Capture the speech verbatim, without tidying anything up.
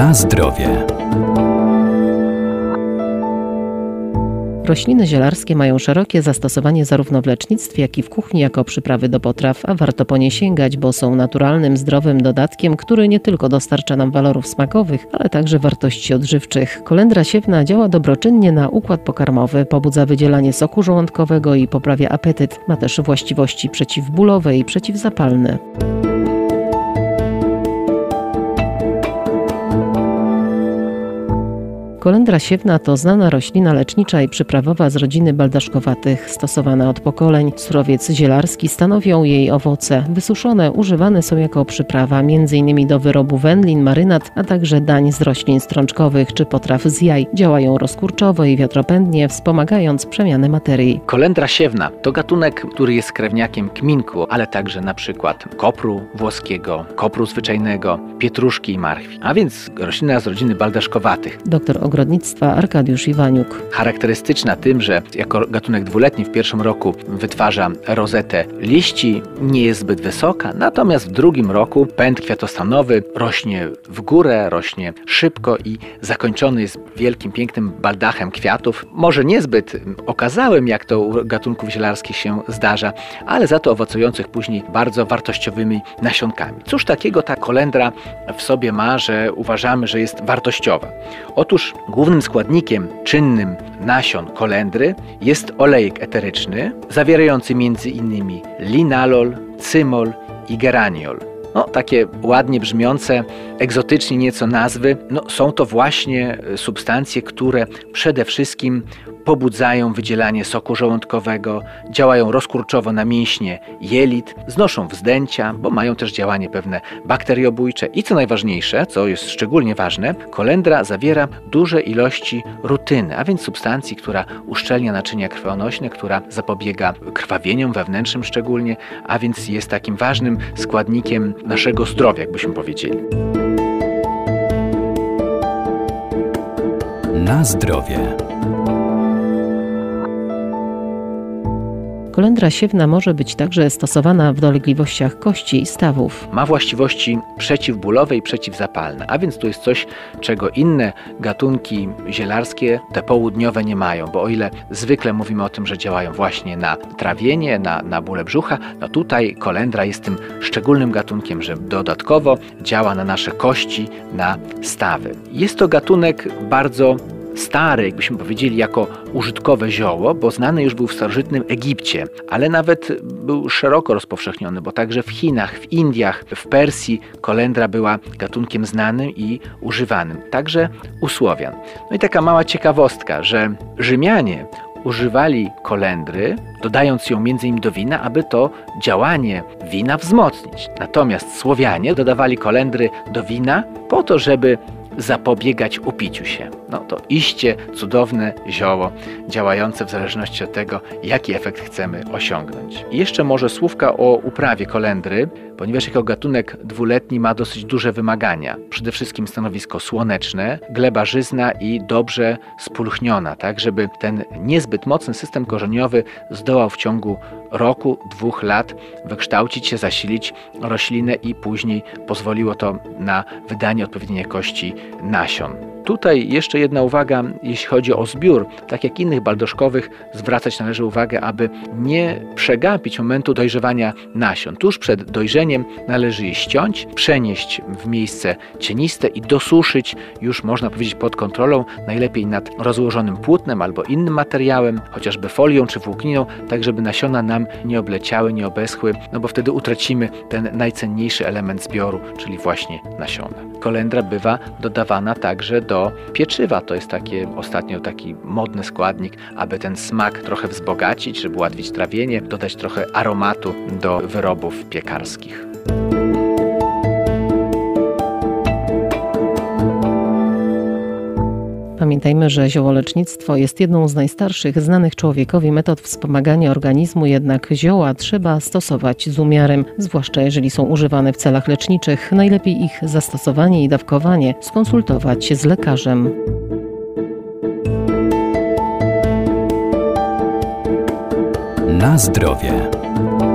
Na zdrowie. Rośliny zielarskie mają szerokie zastosowanie zarówno w lecznictwie, jak i w kuchni jako przyprawy do potraw, a warto po nie sięgać, bo są naturalnym, zdrowym dodatkiem, który nie tylko dostarcza nam walorów smakowych, ale także wartości odżywczych. Kolendra siewna działa dobroczynnie na układ pokarmowy, pobudza wydzielanie soku żołądkowego i poprawia apetyt. Ma też właściwości przeciwbólowe i przeciwzapalne. Kolendra siewna to znana roślina lecznicza i przyprawowa z rodziny baldaszkowatych, stosowana od pokoleń. Surowiec zielarski stanowią jej owoce. Wysuszone używane są jako przyprawa m.in. do wyrobu wędlin, marynat, a także dań z roślin strączkowych czy potraw z jaj. Działają rozkurczowo i wiatropędnie, wspomagając przemianę materii. Kolendra siewna to gatunek, który jest krewniakiem kminku, ale także na przykład kopru włoskiego, kopru zwyczajnego, pietruszki i marchwi, a więc roślina z rodziny baldaszkowatych. Doktor ogrodnictwa Arkadiusz Iwaniuk. Charakterystyczna tym, że jako gatunek dwuletni w pierwszym roku wytwarza rozetę liści, nie jest zbyt wysoka, natomiast w drugim roku pęd kwiatostanowy rośnie w górę, rośnie szybko i zakończony jest wielkim, pięknym baldachem kwiatów. Może niezbyt okazałym, jak to u gatunków zielarskich się zdarza, ale za to owocujących później bardzo wartościowymi nasionkami. Cóż takiego ta kolendra w sobie ma, że uważamy, że jest wartościowa? Otóż głównym składnikiem czynnym nasion kolendry jest olejek eteryczny, zawierający między innymi linalol, cymol i geraniol. No, takie ładnie brzmiące, egzotycznie nieco nazwy, no, są to właśnie substancje, które przede wszystkim pobudzają wydzielanie soku żołądkowego, działają rozkurczowo na mięśnie jelit, znoszą wzdęcia, bo mają też działanie pewne bakteriobójcze i co najważniejsze, co jest szczególnie ważne, kolendra zawiera duże ilości rutyny, a więc substancji, która uszczelnia naczynia krwionośne, która zapobiega krwawieniom wewnętrznym szczególnie, a więc jest takim ważnym składnikiem naszego zdrowia, jakbyśmy powiedzieli. Na zdrowie. Kolendra siewna może być także stosowana w dolegliwościach kości i stawów. Ma właściwości przeciwbólowe i przeciwzapalne, a więc to jest coś, czego inne gatunki zielarskie, te południowe, nie mają, bo o ile zwykle mówimy o tym, że działają właśnie na trawienie, na, na bóle brzucha, no tutaj kolendra jest tym szczególnym gatunkiem, że dodatkowo działa na nasze kości, na stawy. Jest to gatunek bardzo stary, jakbyśmy powiedzieli, jako użytkowe zioło, bo znany już był w starożytnym Egipcie, ale nawet był szeroko rozpowszechniony, bo także w Chinach, w Indiach, w Persji kolendra była gatunkiem znanym i używanym, także u Słowian. No i taka mała ciekawostka, że Rzymianie używali kolendry, dodając ją między innymi do wina, aby to działanie wina wzmocnić. Natomiast Słowianie dodawali kolendry do wina po to, żeby zapobiegać upiciu się. No to iście cudowne zioło, działające w zależności od tego, jaki efekt chcemy osiągnąć. I jeszcze może słówka o uprawie kolendry, ponieważ jako gatunek dwuletni ma dosyć duże wymagania. Przede wszystkim stanowisko słoneczne, gleba żyzna i dobrze spulchniona, tak żeby ten niezbyt mocny system korzeniowy zdołał w ciągu roku, dwóch lat wykształcić się, zasilić roślinę i później pozwoliło to na wydanie odpowiedniej jakości nasion. Tutaj jeszcze jedna uwaga, jeśli chodzi o zbiór. Tak jak innych baldaszkowych, zwracać należy uwagę, aby nie przegapić momentu dojrzewania nasion. Tuż przed dojrzeniem należy je ściąć, przenieść w miejsce cieniste i dosuszyć, już można powiedzieć pod kontrolą, najlepiej nad rozłożonym płótnem albo innym materiałem, chociażby folią czy włókniną, tak żeby nasiona nam nie obleciały, nie obeschły, no bo wtedy utracimy ten najcenniejszy element zbioru, czyli właśnie nasiona. Kolendra bywa dodawana także do pieczywa. To jest takie, ostatnio taki modny składnik, aby ten smak trochę wzbogacić, żeby ułatwić trawienie, dodać trochę aromatu do wyrobów piekarskich. Pamiętajmy, że ziołolecznictwo jest jedną z najstarszych znanych człowiekowi metod wspomagania organizmu, jednak zioła trzeba stosować z umiarem, zwłaszcza jeżeli są używane w celach leczniczych. Najlepiej ich zastosowanie i dawkowanie skonsultować z lekarzem. Na zdrowie.